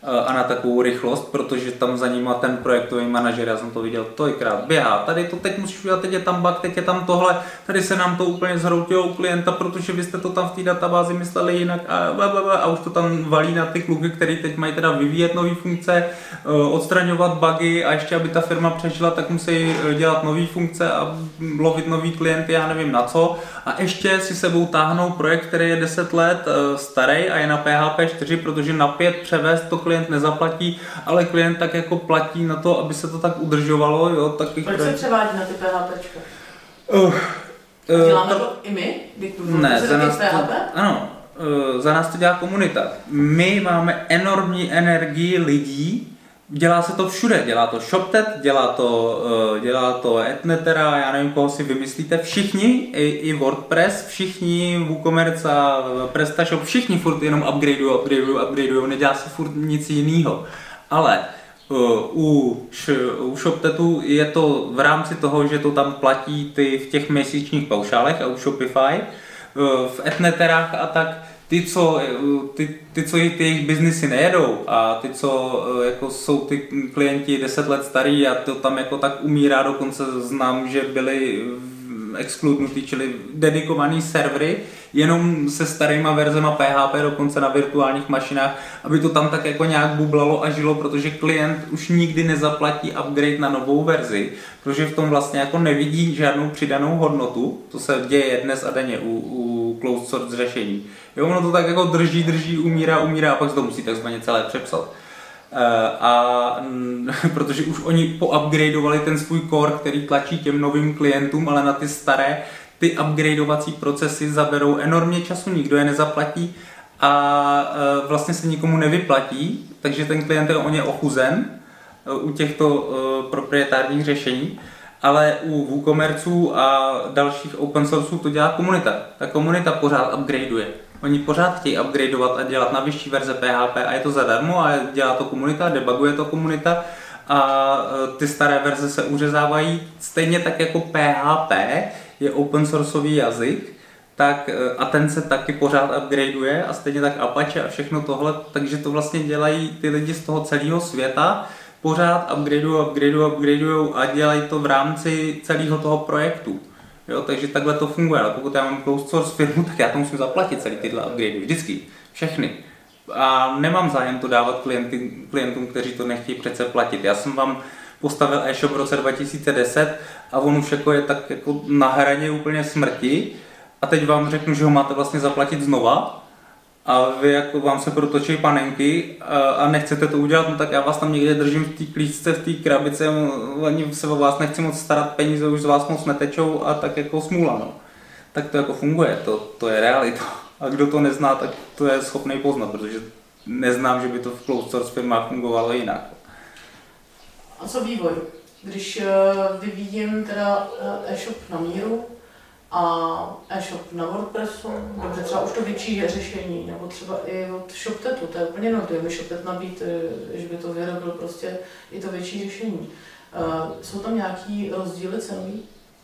a na takovou rychlost, protože tam za nima ten projektový manažer, já jsem to viděl tolikrát, běhá, tady to teď musíš udělat, teď je tam bug, teď je tam tohle, tady se nám to úplně zhroutilo u klienta, protože vy jste to tam v té databázi mysleli jinak a, blablabla, a už to tam valí na ty kluky, který teď mají teda vyvíjet nové funkce, odstraňovat bugy a ještě aby ta firma přežila, tak musí dělat nové funkce a lovit nový klienty, já nevím na co, a ještě si sebou táhnou projekt, který je deset let starý a je na P H P čtyři, protože na pět převést to klient nezaplatí, ale klient tak jako platí na to, aby se to tak udržovalo. Jo, takových Proč projekt... se převádí na ty PHPčka? Uh, uh, Děláme to, to i my? Ne, za nás, to, ano, uh, za nás to dělá komunita. My máme enormní energii lidí, dělá se to všude, dělá to ShopTet, dělá to, uh, dělá to Etnetera, já nevím, koho si vymyslíte, všichni, i, i WordPress, všichni, WooCommerce a PrestaShop, všichni furt jenom upgradeují, upgradeují, upgradeují, nedělá se furt nic jiného. Ale uh, u, š, u ShopTetu je to v rámci toho, že to tam platí ty v těch měsíčních paušálech a u Shopify, uh, v Etneterách a tak, Ty co, ty, ty, co ty jejich biznisy nejedou a ty, co jako jsou ty klienti deset let starý a to tam jako tak umírá, dokonce znám, že byli exkludnutý, čili dedikovaný servery, jenom se starýma verzema P H P, dokonce na virtuálních mašinách, aby to tam tak jako nějak bublalo a žilo, protože klient už nikdy nezaplatí upgrade na novou verzi, protože v tom vlastně jako nevidí žádnou přidanou hodnotu, to se děje dnes a denně u, u closed source řešení. Jo, ono to tak jako drží, drží, umírá, umírá a pak se to musí takzvaně celé přepsat. A protože už oni poupgradeovali ten svůj core, který tlačí těm novým klientům, ale na ty staré, ty upgradeovací procesy zaberou enormně času, nikdo je nezaplatí a vlastně se nikomu nevyplatí, takže ten klient je o ně ochuzen u těchto proprietárních řešení, ale u WooCommerců a dalších open sourceů to dělá komunita. Ta komunita pořád upgradeuje. Oni pořád chtějí upgradeovat a dělat na vyšší verze P H P a je to zadarmo a dělá to komunita, debuguje to komunita a ty staré verze se uřezávají. Stejně tak jako P H P je open sourceový jazyk, tak a ten se taky pořád upgradeuje a stejně tak Apache a všechno tohle, takže to vlastně dělají ty lidi z toho celého světa, pořád upgradeují, upgradeují, upgradeují a dělají to v rámci celého toho projektu. Jo, takže takhle to funguje, ale pokud já mám closed source firmu, tak já to musím zaplatit celý tyhle upgradey, vždycky, všechny. A nemám zájem to dávat klienty, klientům, kteří to nechtějí přece platit. Já jsem vám postavil e-shop v roce dva tisíce deset a on už jako je tak jako na hraně úplně smrti a teď vám řeknu, že ho máte vlastně zaplatit znova a vy jako vám se protočí panenky a, a nechcete to udělat, no tak já vás tam někde držím v té klíčce, v té krabici, ani se o vás nechci moc starat, peníze už z vás moc netečou a tak jako smůla, no. Tak to jako funguje, to, to je realita. A kdo to nezná, tak to je schopný poznat, protože neznám, že by to v closed source firmách fungovalo jinak. A co vývoj? Když vyvíjím teda e-shop na míru, a e-shop na WordPressu, dobře, třeba už to větší řešení, nebo třeba i od ShopTetu, to je úplně jednoduché, mi ShopTet nabít, že by to vyrobil prostě i to větší řešení. Uh, jsou tam nějaký rozdíly cenový?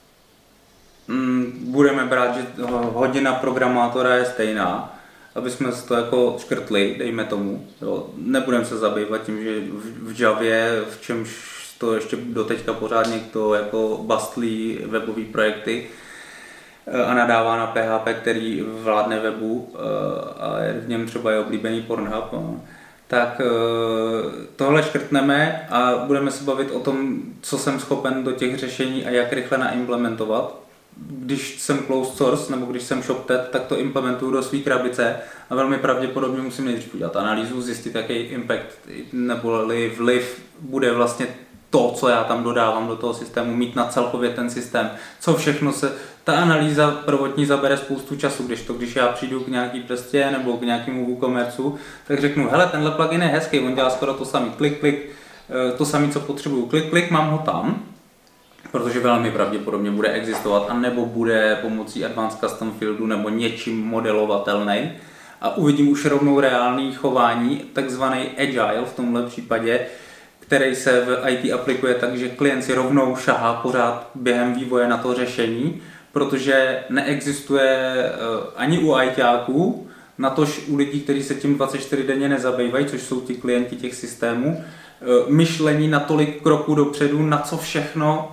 Mm, budeme brát, že hodina programátora je stejná, aby jsme to jako škrtli, dejme tomu. Jo. Nebudeme se zabývat tím, že v, v Javě, v čemž to ještě doteďka pořád někdo jako bastlí webové projekty, a nadává na P H P, který vládne webu a v něm třeba je oblíbený Pornhub, tak tohle škrtneme a budeme se bavit o tom, co jsem schopen do těch řešení a jak rychle naimplementovat. Když jsem closed source nebo když jsem ShopTet, tak to implementuju do své krabice a velmi pravděpodobně musím nejdřív udělat analýzu, zjistit, jaký impact nebo vliv bude vlastně to, co já tam dodávám do toho systému, mít na celkově ten systém, co všechno se, ta analýza prvotní zabere spoustu času, když to, když já přijdu k nějaký prstě nebo k nějakému WooCommerceu, tak řeknu, hele, tenhle plugin je hezký, on dělá skoro to samý, klik, klik, to samé, co potřebuju, klik, klik, mám ho tam, protože velmi pravděpodobně bude existovat, anebo bude pomocí Advanced Custom Fieldu nebo něčím modelovatelný a uvidím už rovnou reálný chování, takzvaný agile v tomhle případě, který se v I T aplikuje tak, že klient si rovnou šahá pořád během vývoje na to řešení, protože neexistuje ani u ajťáků natož u lidí, kteří se tím dvacet čtyři denně nezabývají, což jsou ti klienti těch systémů, myšlení na tolik kroků dopředu, na co všechno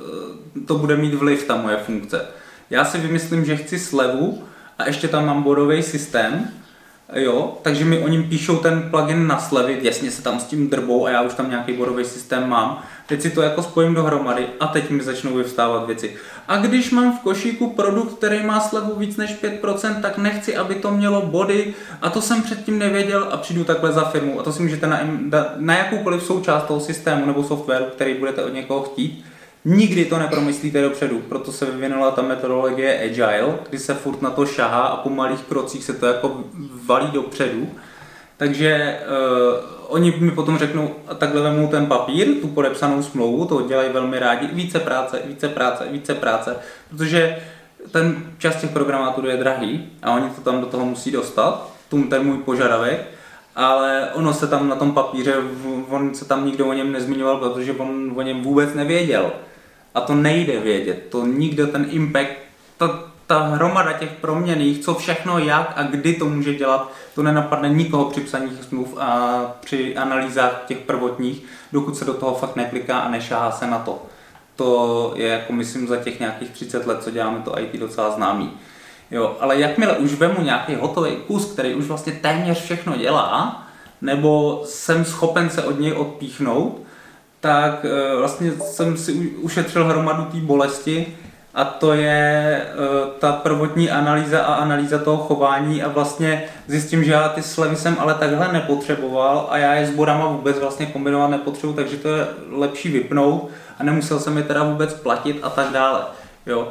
to bude mít vliv, ta moje funkce. Já si vymyslím, že chci slevu a ještě tam mám bodový systém, jo, takže mi oni píšou ten plugin na slevy, jasně se tam s tím drbou a já už tam nějaký bodový systém mám. Teď si to jako spojím dohromady a teď mi začnou vyvstávat věci. A když mám v košíku produkt, který má slevu víc než pět procent, tak nechci, aby to mělo body a to jsem předtím nevěděl a přijdu takhle za firmu. A to si můžete na, na jakoukoliv součást toho systému nebo softwaru, který budete od někoho chtít, nikdy to nepromyslíte dopředu, proto se vyvinula ta metodologie Agile, kdy se furt na to šahá a po malých krocích se to jako valí dopředu. Takže uh, oni mi potom řeknou, takhle vemou ten papír, tu podepsanou smlouvu, to dělají velmi rádi, více práce, více práce, více práce, protože ten čas těch programátorů je drahý a oni to tam do toho musí dostat, ten můj požadavek, ale ono se tam na tom papíře, on se tam nikdo o něm nezmiňoval, protože on o něm vůbec nevěděl. A to nejde vědět, to nikdo ten impact, ta, ta hromada těch proměnných, co všechno, jak a kdy to může dělat, to nenapadne nikoho při psaní smluv a při analýzách těch prvotních, dokud se do toho fakt nekliká a nešáhá se na to. To je, jako myslím, za těch nějakých třicet let, co děláme to í té docela známý. Jo, ale jakmile už vemu nějaký hotový kus, který už vlastně téměř všechno dělá, nebo jsem schopen se od něj odpíchnout, tak vlastně jsem si ušetřil hromadu té bolesti a to je ta prvotní analýza a analýza toho chování a vlastně zjistím, že já ty slevy jsem ale takhle nepotřeboval a já je s bodama vůbec vlastně kombinovat nepotřebuji, takže to je lepší vypnout a nemusel jsem je teda vůbec platit a tak dále. Jo.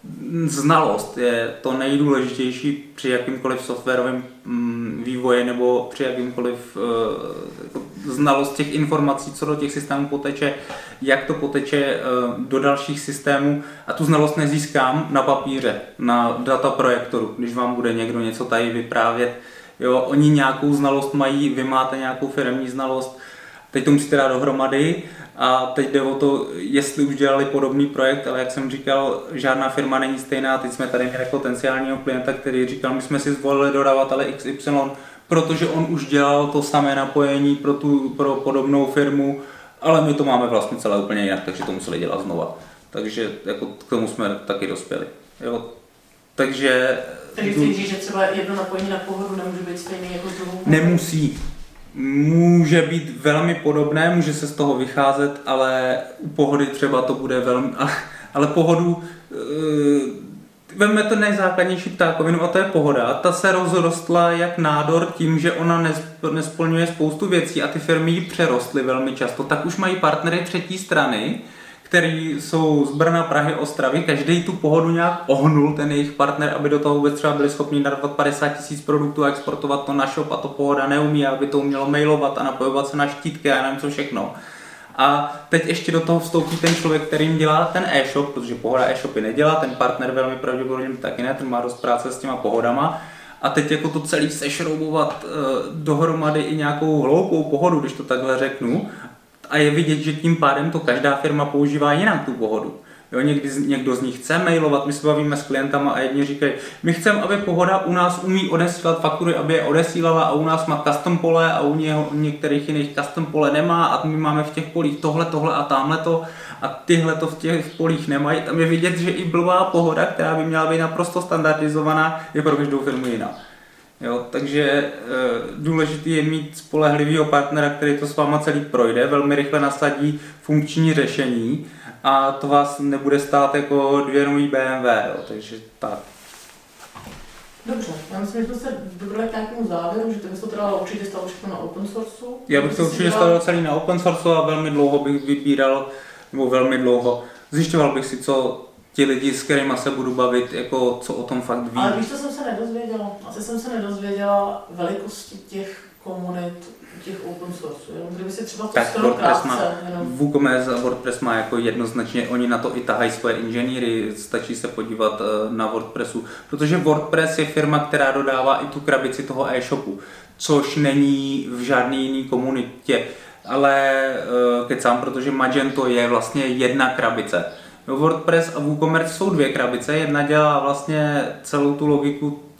Znalost je to nejdůležitější při jakýmkoliv softwarovém vývoji nebo při jakýmkoliv uh, znalost těch informací, co do těch systémů poteče, jak to poteče uh, do dalších systémů a tu znalost nezískám na papíře, na data projektoru, když vám bude někdo něco tady vyprávět. Jo, oni nějakou znalost mají, vy máte nějakou firemní znalost, teď to musíte dát dohromady a teď jde o to, jestli už dělali podobný projekt, ale jak jsem říkal, žádná firma není stejná. Teď jsme tady měli potenciálního klienta, který říkal, my jsme si zvolili dodavatele iks ypsilon, protože on už dělal to samé napojení pro, tu, pro podobnou firmu, ale my to máme vlastně celé úplně jinak, takže to museli dělat znova. Takže jako k tomu jsme taky dospěli. Jo. Takže... Takže chci říct, že třeba jedno napojení na pohodu nemůže být stejný jako druhou? Nemusí. Může být velmi podobné, může se z toho vycházet, ale u pohody třeba to bude velmi... Ale, ale pohodu... E, veme to nejzákladnější ptákovinu a to je pohoda. Ta se rozrostla jak nádor tím, že ona nesplňuje spoustu věcí a ty firmy ji přerostly velmi často. Tak už mají partnery třetí strany, který jsou z Brna, Prahy, Ostravy, každý tu pohodu nějak ohnul, ten jejich partner, aby do toho vůbec třeba byli schopni narvat padesát tisíc produktů a exportovat to na shop a to pohoda neumí, aby to umělo mailovat a napojovat se na štítky a nevím co všechno. A teď ještě do toho vstoupí ten člověk, který jim dělá ten e-shop, protože pohoda e-shopy nedělá, ten partner velmi pravděpodobně taky ne, ten má dost práce s těma pohodama. A teď jako to celý sešroubovat e, dohromady i nějakou hloupou pohodu, když to takhle řeknu, a je vidět, že tím pádem to každá firma používá jinak tu pohodu. Jo, někdy někdo z nich chce mailovat, my se bavíme s klientama a jedni říkají, my chceme, aby pohoda u nás umí odesílat faktury, aby je odesílala a u nás má custom pole a u něho, některých jiných custom pole nemá a my máme v těch polích tohle, tohle a tamhle to a tyhle to v těch polích nemají. Tam je vidět, že i blbá pohoda, která by měla být naprosto standardizovaná, je pro každou firmu jiná. Jo, takže e, důležitý je mít spolehlivého partnera, který to s váma celý projde, velmi rychle nasadí funkční řešení a to vás nebude stát jako dvě nový bé em vé, jo, takže tak. Dobře, já myslím, že jsme se dobrali k nějakému závěru, že ty bys to teda určitě stalo všechno na open sourceu. Já bych to určitě stalo celý na open sourceu a velmi dlouho bych vybíral, nebo velmi dlouho, zjišťoval bych si, co ti lidi, s kterými se budu bavit, jako co o tom fakt ví. Ale víš, co jsem se nedozvěděla? Asi jsem se nedozvěděla velikosti těch komunit, těch open source. Kdyby si třeba to shrnul krátce. Jenom... WooCommerce a WordPress má jako jednoznačně, oni na to i tahají svoje inženýry, stačí se podívat na WordPressu, protože WordPress je firma, která dodává i tu krabici toho e-shopu, což není v žádné jiné komunitě. Ale kecám, protože Magento je vlastně jedna krabice. WordPress a WooCommerce jsou dvě krabice, jedna dělá vlastně celou tu logiku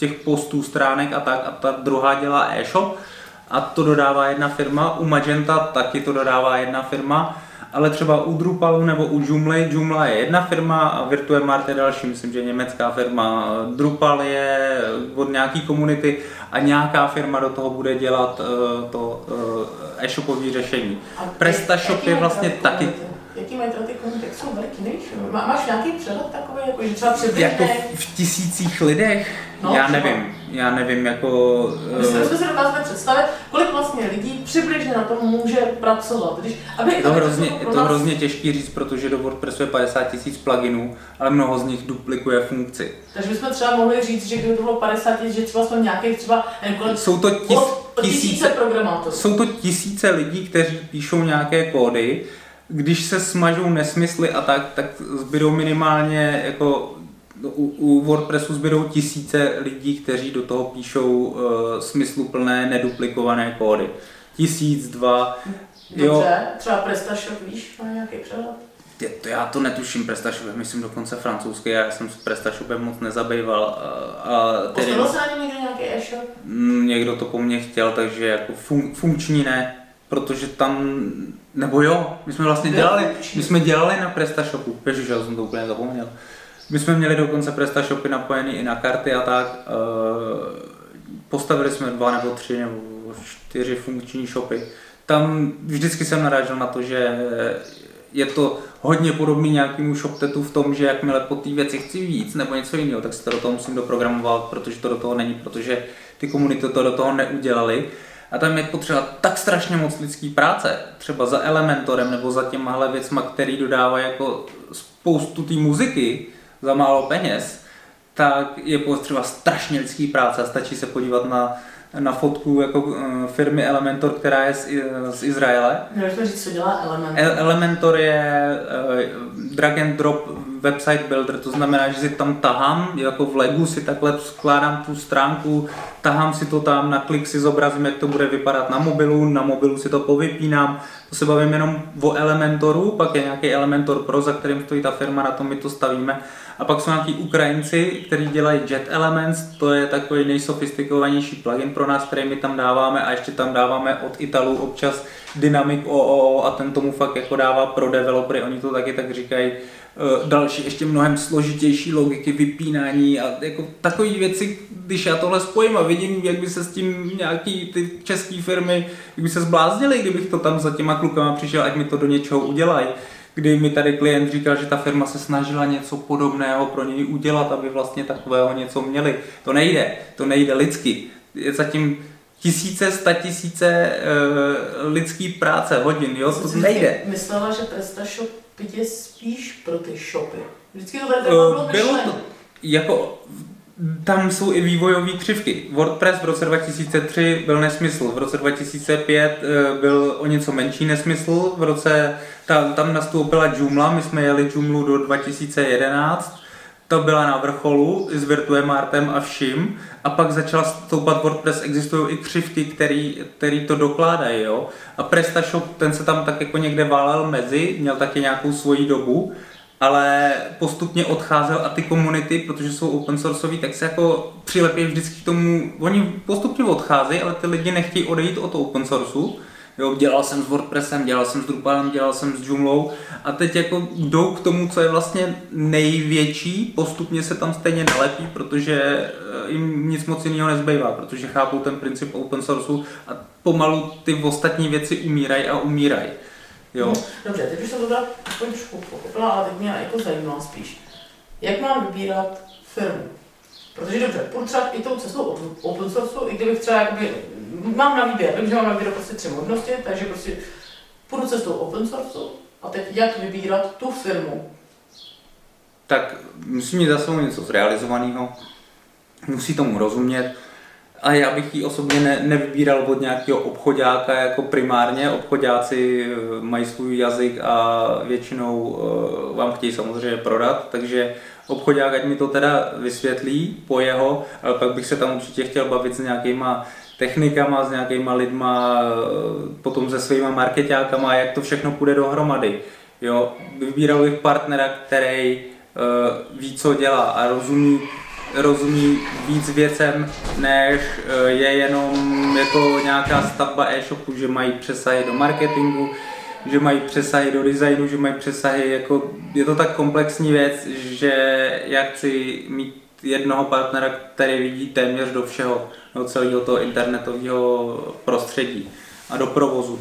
těch postů, stránek a tak a ta druhá dělá e-shop a to dodává jedna firma, u Magenta taky to dodává jedna firma, ale třeba u Drupalu nebo u Joomla, Joomla je jedna firma a Virtuemart je další, myslím, že německá firma. Drupal je od nějaký komunity a nějaká firma do toho bude dělat uh, to uh, e-shopové řešení. PrestaShop je vlastně taky... Jaký mají teda ty komunity? Jak jsou veliký, nevíš? Má, máš nějaký přehled takový, jako, že třeba přibližně? Jako v tisících lidech? No, já nevím, třeba. já nevím, jako... My jsme si dokázali představit, kolik vlastně lidí přibližně na tom může pracovat. Když, aby, je to, aby hrozně, to, je to hrozně těžký říct, protože do WordPressu je padesát tisíc pluginů, ale mnoho z nich duplikuje funkci. Takže bychom třeba mohli říct, že kdyby to bylo padesát tisíc, že třeba jsme nějakých třeba... Kolik, jsou to tis, tisíce, tisíce programátorů. Jsou to tisíce lidí, kteří píšou nějaké kódy. Když se smažou nesmysly a tak, tak zbydou minimálně jako u, u WordPressu zbydou tisíce lidí, kteří do toho píšou uh, smysluplné, neduplikované kódy. Tisíc, dva. Dobře, jo. Třeba PrestaShop, víš, má nějaký přehled? Je, to já to netuším, PrestaShop je myslím dokonce francouzský, já jsem s PrestaShopem moc nezabýval. A, a tedy, Postavil se na něm někdo nějaký e-shop? Někdo to po mně chtěl, takže jako fun, funkční ne. Protože tam, nebo jo, my jsme vlastně dělali, my jsme dělali na PrestaShopu, ježiš, já jsem to úplně zapomněl. My jsme měli dokonce PrestaShopy napojený i na karty a tak. Postavili jsme dva nebo tři nebo čtyři funkční shopy. Tam vždycky jsem narážel na to, že je to hodně podobný nějakému ShopTetu v tom, že jakmile po té věci chci víc nebo něco jiného, tak si to do toho musím doprogramovat, protože to do toho není, protože ty komunity to do toho neudělali. A tam je potřeba tak strašně moc lidský práce, třeba za Elementorem nebo za těmahle věcma, který dodávají jako spoustu té muziky za málo peněz, tak je potřeba strašně lidský práce a stačí se podívat na, na fotku jako firmy Elementor, která je z, z Izraele. Můžeš to říct, co dělá Elementor? Elementor je uh, drag and drop website builder, to znamená, že si tam tahám, jako v Legu si takhle skládám tu stránku, tahám si to tam, na klik si zobrazím, jak to bude vypadat na mobilu, na mobilu si to povypínám, to se bavím jenom o Elementoru, pak je nějaký Elementor Pro, za kterým stojí ta firma, na tom my to stavíme. A pak jsou nějaký Ukrajinci, kteří dělají Jet Elements, to je takový nejsofistikovanější plugin pro nás, který my tam dáváme a ještě tam dáváme od Italů občas Dynamic O O O a ten tomu fakt jako dává pro developery, oni to taky tak říkají, další ještě mnohem složitější logiky vypínání a jako takové věci, když já tohle spojím a vidím, jak by se s tím nějaký ty české firmy, jak by se zbláznili, kdybych to tam za těma klukama přišel, ať mi to do něčeho udělají. Kdy mi tady klient říkal, že ta firma se snažila něco podobného pro něj udělat, aby vlastně takového něco měli. To nejde, to nejde lidsky. Je zatím tisíce, statisíce uh, lidský práce, hodin, jo, to nejde. Myslela, že PrestaShop je spíš pro ty shopy. Vždycky to tady bylo uh, bylo to, jako tam jsou i vývojové křivky. WordPress v roce dva tisíce tři byl nesmysl, v roce dva tisíce pět byl o něco menší nesmysl, v roce tam, tam nastoupila Joomla, my jsme jeli Joomlu do dva tisíce jedenáct, to byla na vrcholu s Virtuemartem a vším a pak začala stoupat WordPress, existují i křivky, který, který to dokládají, jo. A PrestaShop, ten se tam tak jako někde válel mezi, měl taky nějakou svoji dobu, ale postupně odcházel a ty komunity, protože jsou open sourceový, tak se jako přilepí vždycky k tomu, oni postupně odcházejí, ale ty lidi nechtějí odejít od open sourceu. Jo, dělal jsem s WordPressem, dělal jsem s Drupalem, dělal jsem s Joomlou a teď jako jdou k tomu, co je vlastně největší, postupně se tam stejně nalepí, protože jim nic moc jiného nezbývá, protože chápou ten princip open sourceu a pomalu ty ostatní věci umírají a umírají. Jo. Dobře, teď už jsem to teda aspoň trošku pochopila, ale teď mě jako zajímá spíš. Jak mám vybírat firmu? Protože dobře, půjdu třeba i tou cestou open sourceu, i kdybych třeba jakoby, mám na výběr, vím, že mám na výběr prostě tři možnosti, takže prostě půjdu cestou open sourceu a teď jak vybírat tu firmu? Tak musí mít za sebou něco zrealizovaného, musí tomu rozumět. A já bych ji osobně ne, nevybíral od nějakého obchodáka jako primárně. Obchodáci mají svůj jazyk a většinou uh, vám chtějí samozřejmě prodat, takže obchodák ať mi to teda vysvětlí po jeho, ale pak bych se tam určitě chtěl bavit s nějakýma technikama, s nějakýma lidma, potom se svýma marketákama, jak to všechno půjde dohromady. Jo, vybíral bych partnera, který uh, ví, co dělá a rozumí rozumí víc věcem, než je jenom jako nějaká stavba e-shopu, že mají přesahy do marketingu, že mají přesahy do designu, že mají přesahy, jako je to tak komplexní věc, že já chci mít jednoho partnera, který vidí téměř do všeho, do celého toho internetového prostředí a do provozu.